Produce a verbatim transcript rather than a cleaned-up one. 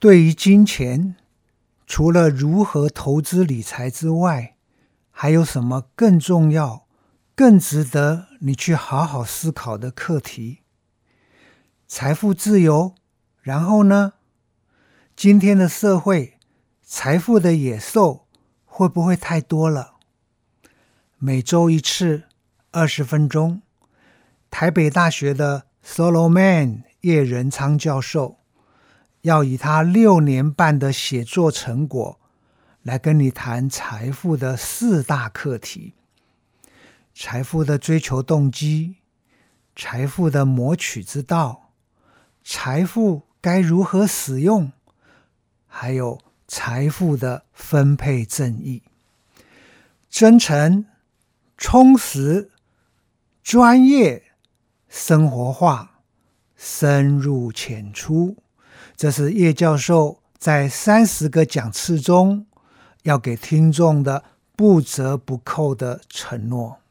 对于金钱，除了如何投资理财之外，还有什么更重要、更值得你去好好思考的课题？财富自由，然后呢？今天的社会，财富的野兽会不会太多了？每周一次，二十分钟，台北大学的 Solomon 叶仁昌教授要以他六年半的写作成果来跟你谈财富的四大课题：财富的追求动机、财富的谋取之道、财富该如何使用，还有财富的分配正义。真诚、充实、专业、生活化、深入浅出，这是叶教授在三十个讲次中要给听众的不折不扣的承诺。